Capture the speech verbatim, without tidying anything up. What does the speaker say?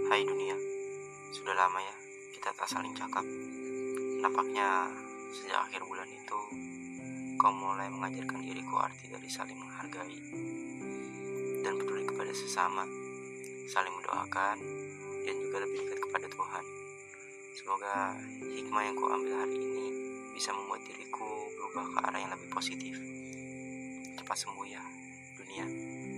Hai dunia, sudah lama ya kita tak saling cakap. Nampaknya sejak akhir bulan itu kau mulai mengajarkan diriku arti dari saling menghargai dan peduli kepada sesama, saling mendoakan dan juga lebih dekat kepada Tuhan. Semoga hikmah yang kau ambil hari ini bisa membuat diriku berubah ke arah yang lebih positif. Cepat sembuh ya dunia.